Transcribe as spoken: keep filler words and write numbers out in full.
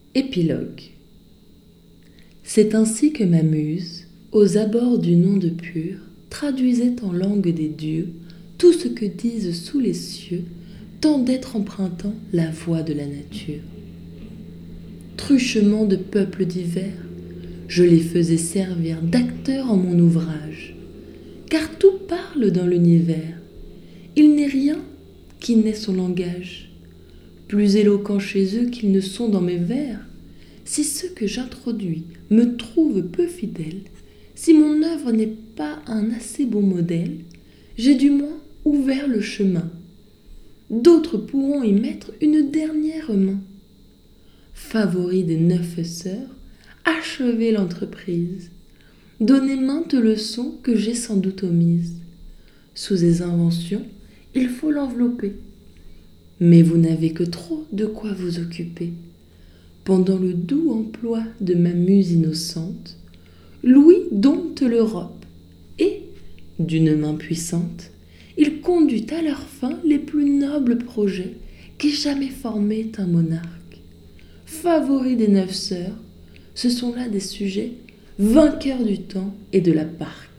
Épilogue. C'est ainsi que ma muse, aux abords du nom de pur, traduisait en langue des dieux tout ce que disent sous les cieux tant d'êtres empruntant la voix de la nature. Truchement de peuples divers, je les faisais servir d'acteurs en mon ouvrage, car tout parle dans l'univers. Il n'est rien qui n'ait son langage, plus éloquent chez eux qu'ils ne sont dans mes vers. Si ceux que j'introduis me trouvent peu fidèle, si mon œuvre n'est pas un assez bon modèle, j'ai du moins ouvert le chemin. D'autres pourront y mettre une dernière main. Favoris des neuf sœurs, achevez l'entreprise. Donnez maintes leçons que j'ai sans doute omises. Sous des inventions, il faut l'envelopper. Mais vous n'avez que trop de quoi vous occuper. Pendant le doux emploi de ma muse innocente, Louis dompte l'Europe, et, d'une main puissante, il conduit à leur fin les plus nobles projets qu'ait jamais formés un monarque. Favoris des neuf sœurs, ce sont là des sujets vainqueurs du temps et de la parque.